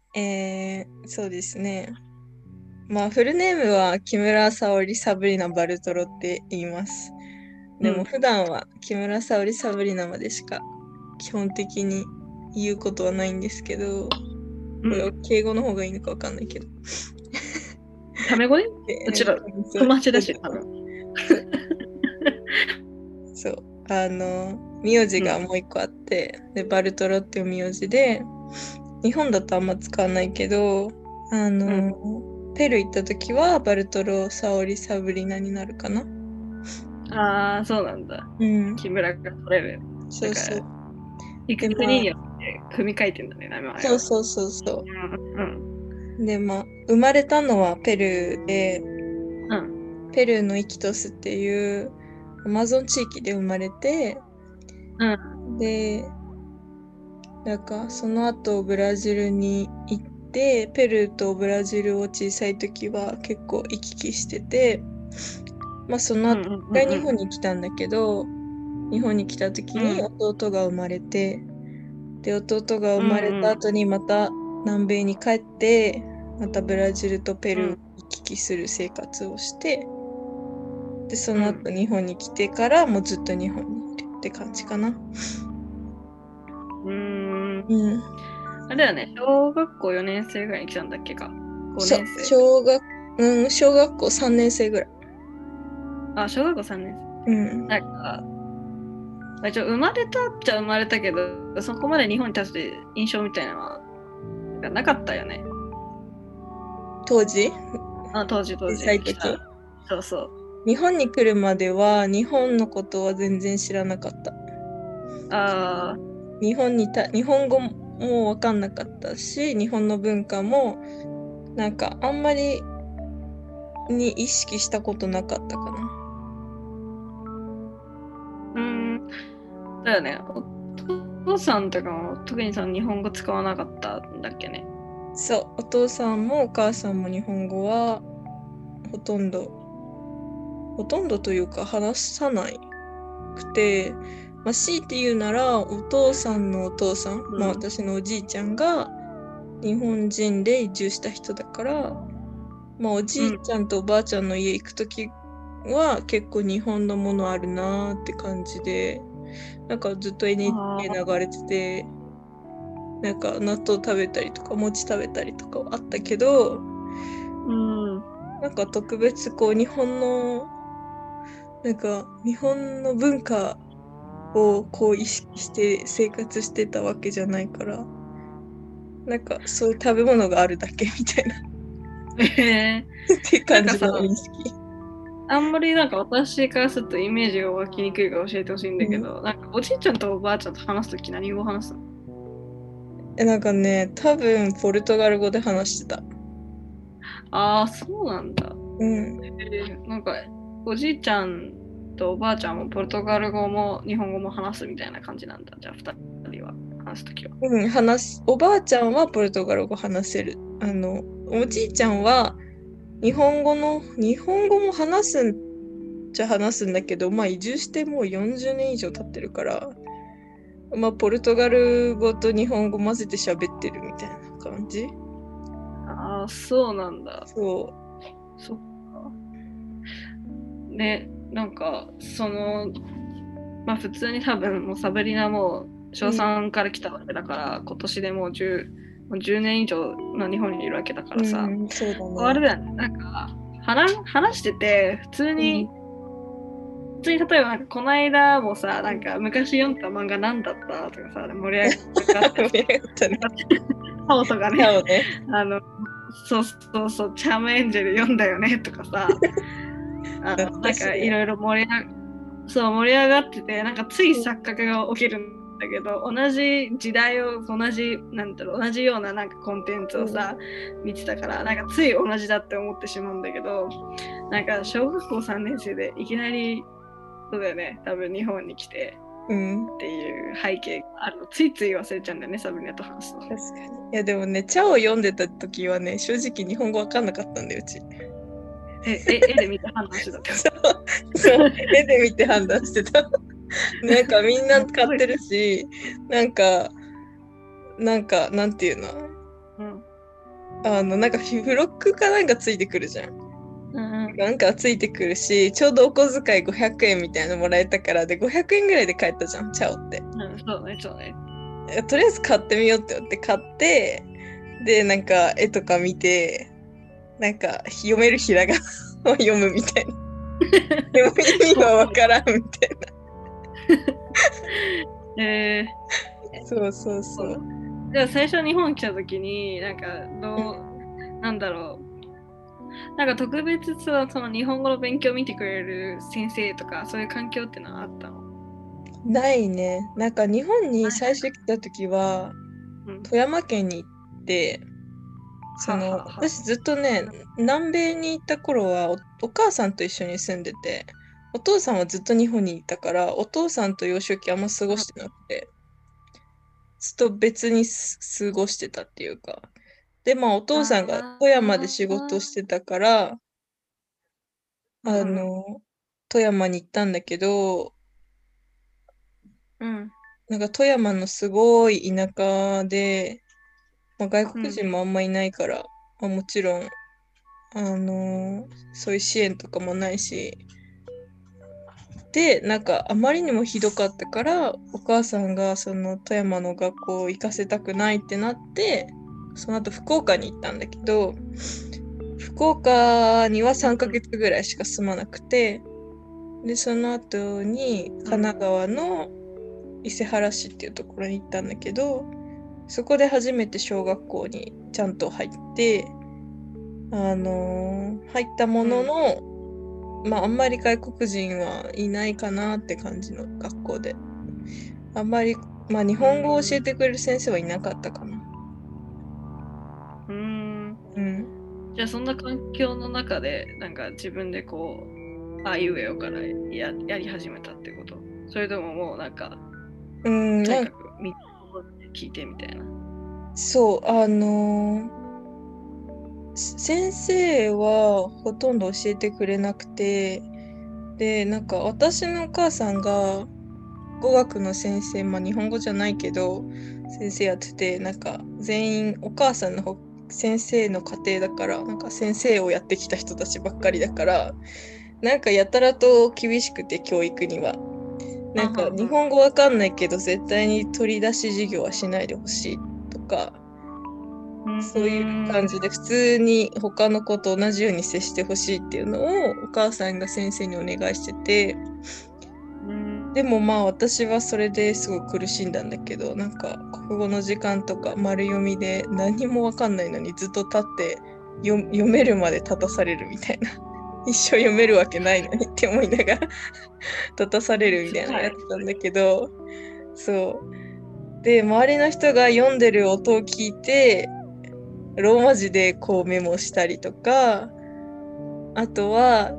そうですね。まあ、フルネームは木村沙織サブリナ・バルトロって言います。でも普段は木村沙織サブリナまでしか基本的に言うことはないんですけど、これ敬語の方がいいのかわかんないけど。 タメ語でうちら友達だし、多分。 そう。名字がもう一個あって、で、バルトロっていう名字で、日本だとあんま使わないけど、ペルー行った時はバルトロ・サオリ・サブリナになるかな。 ああ、そうなんだ。木村が取れる。 そうそう。 行く国によって組み替えてんだね、名前は。 そうそうそうそう。で、まあ、生まれたのはペルーで、ペルーのイキトスっていうアマゾン地域で生まれて、で、なんかその後ブラジルに行って、ペルーとブラジルを小さい時は結構行き来してて、まあその後一回日本に来たんだけど、日本に来た時に弟が生まれて、で弟が生まれた後にまた南米に帰って、またブラジルとペルーを行き来する生活をして、でその後日本に来てからもうずっと日本にいるって感じかな。 あれだね、小学校4年生ぐらいに来たんだっけか。5年生。 小学校3年生ぐらい。 あ、小学校3年生。なんか、生まれたっちゃ生まれたけど、そこまで日本に立つ印象みたいなのはなかったよね。 当時。 小さい時。 そうそう。 日本に来るまでは日本のことは全然知らなかった。日本語も分かんなかったし、日本の文化もなんかあんまりに意識したことなかったかな。 だよね。お父さんとかも特に日本語使わなかったんだっけね。 そう、お父さんもお母さんも日本語はほとんどというか話さないくて、まあ、強いて言うならお父さんのお父さん、まあ私のおじいちゃんが日本人で移住した人だから、まあおじいちゃんとおばあちゃんの家行くときは結構日本のものあるなーって感じで、なんかずっと NHK 流れてて、なんか納豆食べたりとか餅食べたりとかはあったけど、なんか特別こう日本の文化をこう意識して生活してたわけじゃないから、なんかそういう食べ物があるだけみたいなって感じの意識。 あんまりなんか私からするとイメージが湧きにくいから教えてほしいんだけど、なんかおじいちゃんとおばあちゃんと話すとき何語話すの？ なんかね、多分ポルトガル語で話してた。 ああ、そうなんだ。なんかおじいちゃんとおばあちゃんもポルトガル語も日本語も話すみたいな感じなんだ。じゃあ2人は話すときは。 おばあちゃんはポルトガル語話せる。おじいちゃんは日本語も話すんだけど、まあ移住してもう40年以上経ってるから、まあポルトガル語と日本語混ぜて喋ってるみたいな感じ。 ああ、そうなんだ。 そっか。で、なんかまあ普通に多分もうサブリナも小3から来たわけだから、今年でもう10年以上の日本にいるわけだからさ、 そうだね。 あれだよね、なんか話してて普通に例えばなんかこの間もさ、なんか昔読んだ漫画何だったとかさ、盛り上がってハオとかね、そう、チャームエンジェル読んだよねとかさ、なんかいろいろ盛り上がってて、なんかつい錯覚が起きるんだけど、同じ時代を同じようななんかコンテンツをさ、見てたから、なんかつい同じだって思ってしまうんだけど、なんか小学校3年生でいきなりそうだよね、多分日本に来てっていう背景があるの、ついつい忘れちゃうんだよね、サブリナと話すと。 確かに。いやでもね、チャオ読んでた時はね、正直日本語わかんなかったんだよ、うち。 絵で見て判断してた。 そう絵で見て判断してた。なんかみんな買ってるし、なんかなんていうの、 なんか付録かなんかついてくるじゃん。なんかついてくるし、ちょうどお小遣い500円みたいなのもらえたから、で、500円ぐらいで買えたじゃん、チャオって。 そうね、そうね。 とりあえず買ってみようって思って買って、で、なんか絵とか見て、なんか読めるひらがなを読むみたいな。でも意味はわからんみたいな。そうそうそう。 じゃあ最初日本来た時に、なんかなんだろう。なんか特別その日本語の勉強を見てくれる先生とか、そういう環境ってのはあったの？ ないね。なんか日本に最初来た時は、富山県に行って、私ずっとね、南米に行った頃はお母さんと一緒に住んでて、お父さんはずっと日本にいたから、お父さんと幼少期あんま過ごしてなくて、ずっと別に過ごしてたっていうか。で、まあお父さんが富山で仕事してたから、富山に行ったんだけど、なんか富山のすごい田舎で、まあ、外国人もあんまいないから、まあ、もちろん、そういう支援とかもないし、で、なんかあまりにもひどかったから、お母さんがその富山の学校行かせたくないってなって、その後福岡に行ったんだけど、福岡には3ヶ月ぐらいしか住まなくて、で、その後に神奈川の伊勢原市っていうところに行ったんだけど、そこで初めて小学校にちゃんと入って、入ったものの、まああんまり外国人はいないかなって感じの学校で、あんまり、まあ日本語を教えてくれる先生はいなかったかな。 じゃあそんな環境の中でなんか自分でこうあいうえおからやり始めたってこと？それとももうなんかとにかく聞いてみたいな。 そう、先生はほとんど教えてくれなくて、で、なんか私のお母さんが語学の先生、まあ日本語じゃないけど、先生やってて、なんか全員お母さんの先生の家庭だから、なんか先生をやってきた人たちばっかりだから、なんかやたらと厳しくて教育には。なんか日本語わかんないけど絶対に取り出し授業はしないでほしいとか、そういう感じで普通に他の子と同じように接してほしいっていうのをお母さんが先生にお願いしてて、でもまあ私はそれですごい苦しんだんだけど、なんか国語の時間とか丸読みで何もわかんないのにずっと立って読めるまで立たされるみたいな。一生読めるわけないのにって思いながら立たされるみたいなのやってたんだけど、そう。で、周りの人が読んでる音を聞いて、ローマ字でこうメモしたりとか、あとは、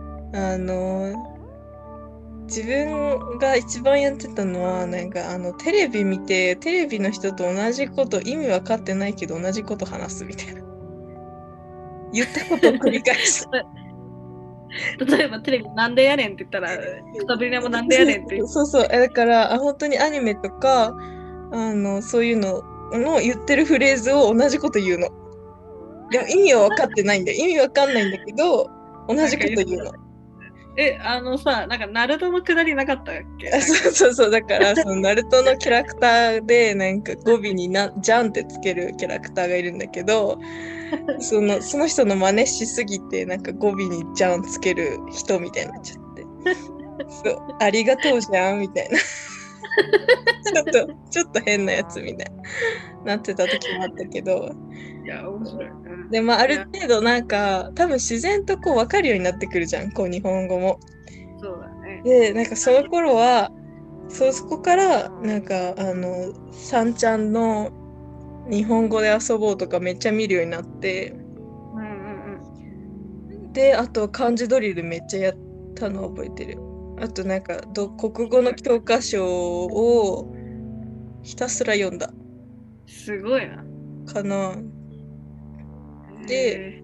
自分が一番やってたのは、なんかテレビ見て、テレビの人と同じこと、意味分かってないけど同じこと話すみたいな。言ったことを繰り返す。 例えばテレビなんでやねんって言ったら、くたびれもなんでやねんって言う。 そうそう。だから本当にアニメとか、そういうのの言ってるフレーズを同じこと言うの。でも意味は分かってないんだよ。意味分かんないんだけど、同じこと言うの。 なんかナルトのくだりなかったっけ？ そうそう。だからそのナルトのキャラクターでなんか語尾にジャンってつけるキャラクターがいるんだけど、その人の真似しすぎてなんか語尾にジャンつける人みたいになっちゃって、そうありがとうじゃんみたいなちょっと変なやつみたいなってた時もあったけど、 いや面白い。 でまあある程度なんか多分自然とこう分かるようになってくるじゃん、こう日本語も。 そうだね。 でなんかその頃はそこからなんかさんちゃんの日本語で遊ぼうとかめっちゃ見るようになって、であと漢字ドリルめっちゃやったの覚えてる。あとなんか国語の教科書をひたすら読んだ。 すごいな。 かな。で、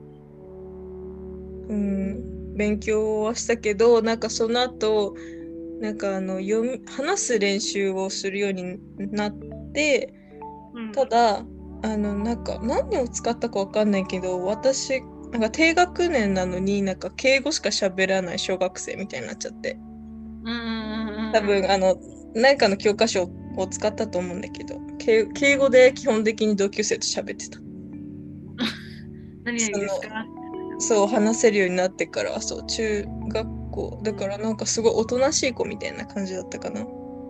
勉強はしたけど、なんかその後、なんか話す練習をするようになって、ただ、 なんか何を使ったかわかんないけど、私、なんか低学年なのになんか敬語しか喋らない小学生みたいになっちゃって。多分、何かの教科書を使ったと思うんだけど、敬語で基本的に同級生と喋ってた。 何々ですか？ そう、話せるようになってから、そう、中学校。だからなんかすごいおとなしい子みたいな感じだったかな。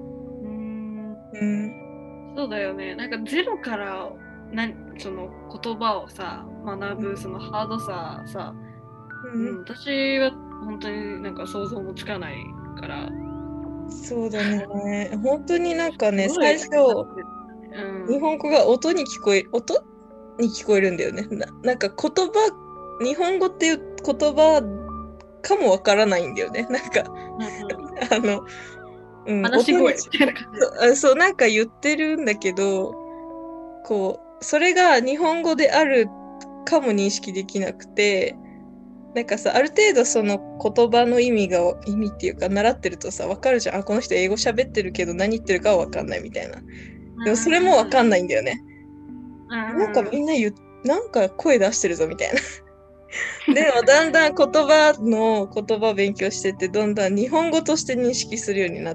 そうだよね。なんかゼロからその言葉をさ、学ぶそのハードささ、私は本当になんか想像もつかないから。 そうだね。本当になんかね、最初、日本語が音に聞こえるんだよね。なんか日本語っていう言葉かもわからないんだよね。なんか、 話し声みたいな感じ。そう、なんか言ってるんだけど、それが日本語であるかも認識できなくて、なんかさ、ある程度その言葉の意味っていうか、習ってるとさ、わかるじゃん。この人英語喋ってるけど何言ってるかはわかんないみたいな。でもそれもわかんないんだよね。なんかみんななんか声出してるぞみたいな。でもだんだん言葉勉強してて、どんどん日本語として認識するようになって、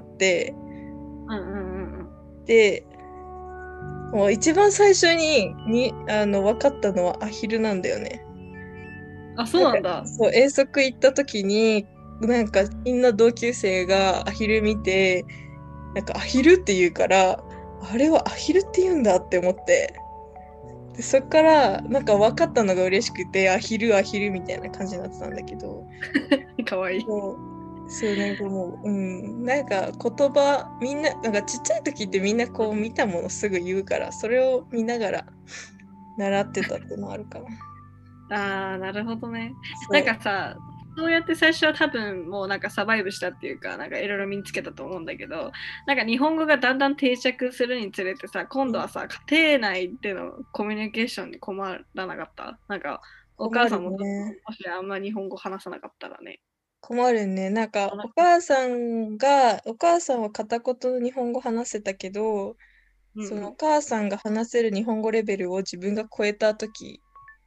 で、もう一番最初に分かったのはアヒルなんだよね。 あ、そうなんだ。 そう、遠足行った時に、なんかみんな同級生がアヒル見て、なんかアヒルって言うから、あれはアヒルって言うんだって思って、でそっからなんか分かったのが嬉しくて、アヒルみたいな感じになってたんだけど。 かわいい。 そう、なんかもう、なんか言葉、みんな、なんかちっちゃい時ってみんなこう見たものすぐ言うから、それを見ながら習ってたっていうのあるかな。あー、なるほどね。なんかさ、そうやって最初は多分もうなんかサバイブしたっていうか、なんかいろいろ身につけたと思うんだけど、なんか日本語がだんだん定着するにつれてさ、今度はさ、家庭内でのコミュニケーションに困らなかった？なんかお母さんも、もしあんま日本語話さなかったらね。 困るね。なんかお母さんは片言の日本語話せたけど、そのお母さんが話せる日本語レベルを自分が超えた時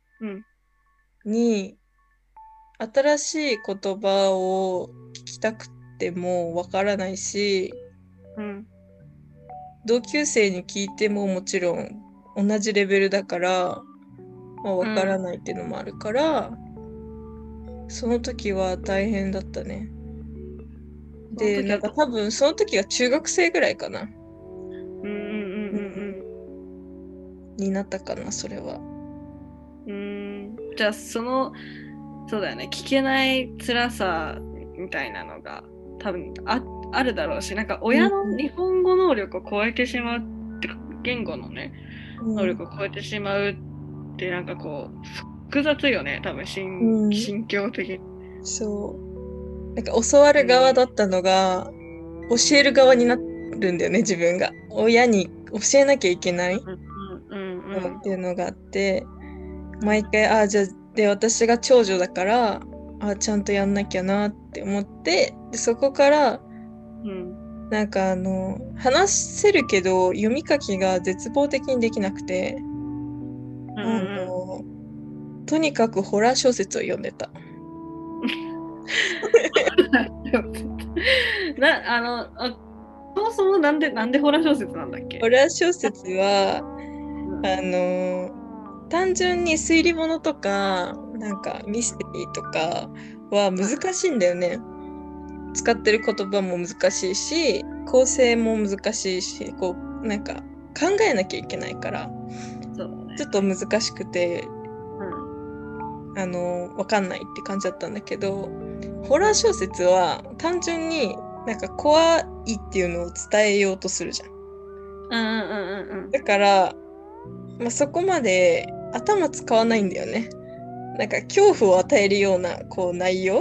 に、新しい言葉を聞きたくてもわからないし、同級生に聞いてももちろん同じレベルだから、わからないっていうのもあるから、その時は大変だったね。で、なんか多分その時が中学生ぐらいかな。になったかな、それは。 じゃあそうだよね、聞けない辛さみたいなのが多分あるだろうし、なんか親の日本語能力を超えてしまうって言語のね、能力を超えてしまうってなんかこう複雑よね、多分心境的に。 そう。なんか教わる側だったのが、教える側になるんだよね、自分が。親に教えなきゃいけないっていうのがあって、毎回、じゃあ、で、私が長女だから、ちゃんとやんなきゃなって思って、でそこから、なんか話せるけど、読み書きが絶望的にできなくて、とにかくホラー小説を読んでた。 そもそもなんでホラー小説なんだっけ？ ホラー小説は、単純に推理物とか、なんかミステリーとかは難しいんだよね。使ってる言葉も難しいし、構成も難しいし、なんか考えなきゃいけないから、ちょっと難しくて、わかんないって感じだったんだけど、ホラー小説は単純になんか怖いっていうのを伝えようとするじゃん。だから、そこまで頭使わないんだよね。なんか恐怖を与えるような内容、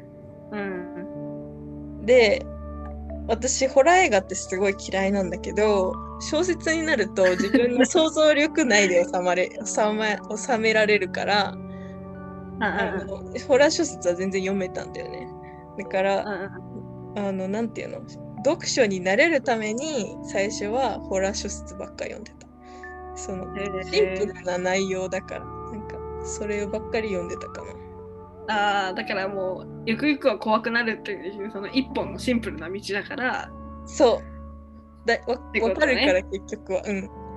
で、私ホラー映画ってすごい嫌いなんだけど、小説になると自分の想像力内で収められるからホラー小説は全然読めたんだよね。だから、なんていうの、読書になれるために最初はホラー小説ばっか読んでた。 そのシンプルな内容だから、なんかそればっかり読んでたかな。だからもうゆくゆくは怖くなるっていうその一本のシンプルな道だから。 そうわかるから結局は。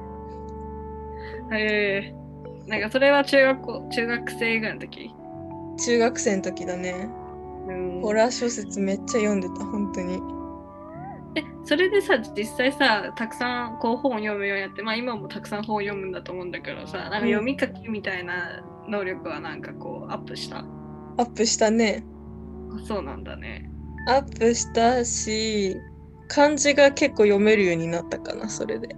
なんかそれは中学生ぐらいの時？ 中学生の時だね。ホラー小説めっちゃ読んでた、本当に。 それでさ、実際さ、たくさんこう本を読むようになって、まあ今もたくさん本を読むんだと思うんだけどさ、なんか読み書きみたいな能力はなんかこうアップした？ アップしたね。 そうなんだね。 アップしたし、漢字が結構読めるようになったかな、それで。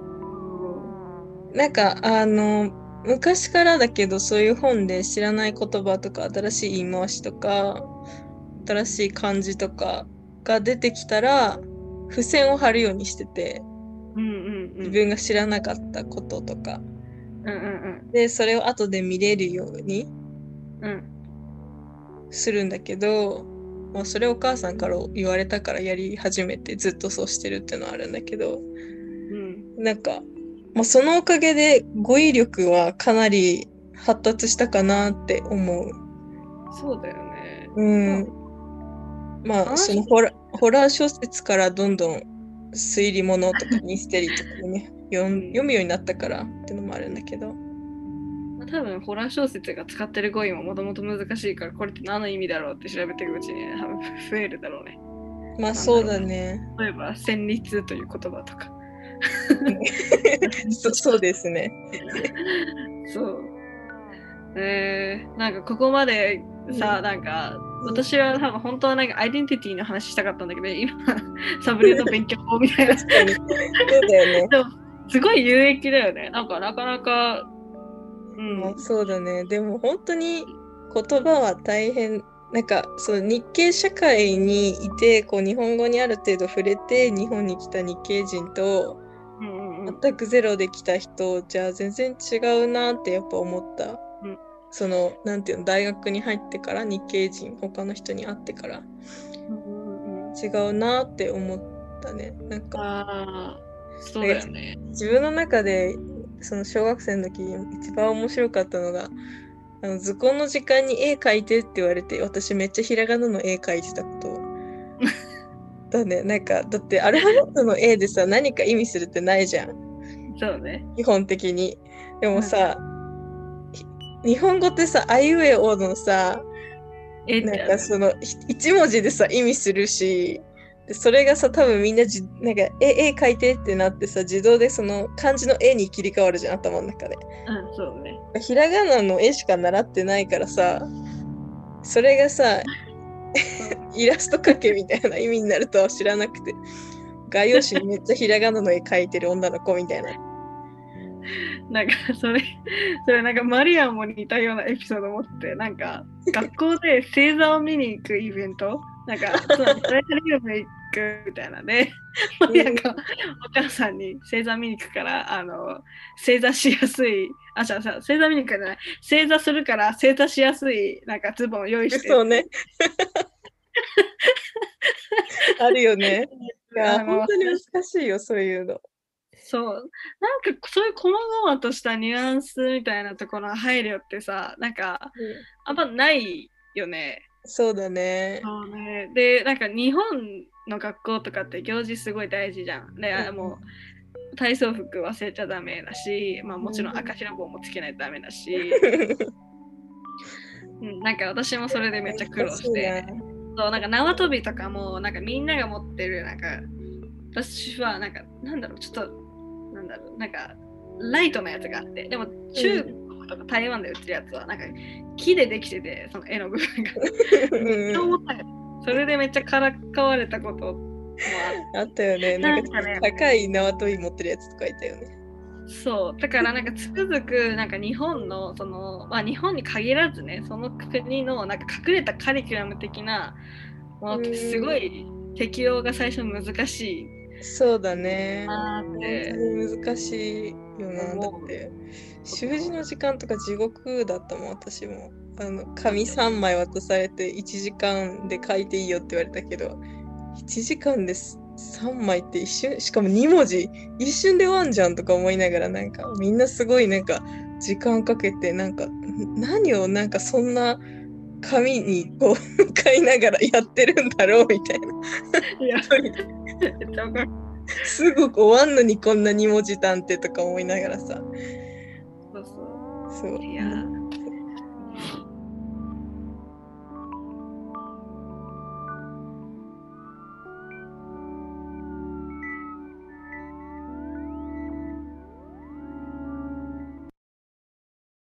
なんか昔からだけど、そういう本で知らない言葉とか新しい言い回しとか新しい漢字とかが出てきたら付箋を貼るようにしてて、自分が知らなかったこととか、でそれを後で見れるようにするんだけど、まあ、それお母さんから言われたからやり始めてずっとそうしてるっていうのはあるんだけど、なんかまあ、そのおかげで語彙力はかなり発達したかなって思う。 そうだよね。 まあそのホラー小説からどんどん推理物とかミステリーとかね読むようになったからってのもあるんだけど。 多分ホラー小説が使ってる語彙ももともと難しいから、これって何の意味だろうって調べていくうちに、ね、多分増えるだろうね。 まあそうだね。 例えば旋律という言葉とか。 そうですね。 そう。なんかここまでさ、なんか私は多分本当はなんかアイデンティティの話したかったんだけど、今サブリの勉強法みたいな。 確かに。そうだよね。 でもすごい有益だよね。なんかなかなか。 まあ、そうだね。でも本当に言葉は大変。なんかその日系社会にいてこう日本語にある程度触れて日本に来た日系人と全くゼロで来た人じゃ全然違うなってやっぱ思った。そのなんていうの、大学に入ってから日系人他の人に会ってから違うなって思ったね。なんかそうだよね。 自分の中でその小学生の時一番面白かったのが図工の時間に絵描いてって言われて、私めっちゃひらがなの絵描いてたことだね。なんかだってアルファベットの絵でさ何か意味するってないじゃん。 そうね。 基本的に。でもさ、日本語ってさあいうえおのさ、なんかその一文字でさ意味するし、それがさ多分みんななんか絵描いてってなってさ自動でその漢字の絵に切り替わるじゃん、頭の中で。 そうね。 ひらがなの絵しか習ってないからさ、それがさイラスト描けみたいな意味になるとは知らなくて、画用紙にめっちゃひらがなの絵描いてる女の子みたいな。 なんかそれなんかマリアも似たようなエピソードを持って、なんか学校で星座を見に行くイベント、なんかプラネタリウム行くみたいなね。マリアがお母さんに星座見に行くから星座しやすい、星座見に行くから星座するから星座しやすいなんかズボンを用意して。 そうね。あるよね。いや本当に難しいよそういうの。 そうなんかそういう細々としたニュアンスみたいなところの配慮ってさ、なんかあんまないよね。 そうだね。 そうね。でなんか日本の学校とかって行事すごい大事じゃん。でもう体操服忘れちゃダメだし、まあもちろん赤白棒もつけないとダメだし、なんか私もそれでめっちゃ苦労して、そうなんか縄跳びとかもなんかみんなが持ってるなんか私はなんかなんだろうちょっとなんかライトなやつがあって、でも中国とか台湾で売ってるやつはなんか木でできてて、その絵の部分がめっちゃ重たい。それでめっちゃからかわれたこともあったよね。なんか高い縄跳び持ってるやつとかいたよね。 そうだからなんかつくづくなんか日本のその、まあ、日本に限らずね、その国のなんか隠れたカリキュラム的なものってすごい適用が最初難しい。 そうだね。本当に難しいよな。だって習字の時間とか地獄だったもん。私も紙3枚渡されて1時間で書いていいよって言われたけど、1時間です 3枚って一瞬、しかも2文字一瞬で終わんじゃんとか思いながら、なんかみんなすごいなんか時間かけて、なんか何をなんかそんな紙にこう向かいながらやってるんだろうみたいな。 いや、めっちゃわかる。 すぐ終わんのにこんな2文字探偵とか思いながらさ。 そうそう。 そう。 いや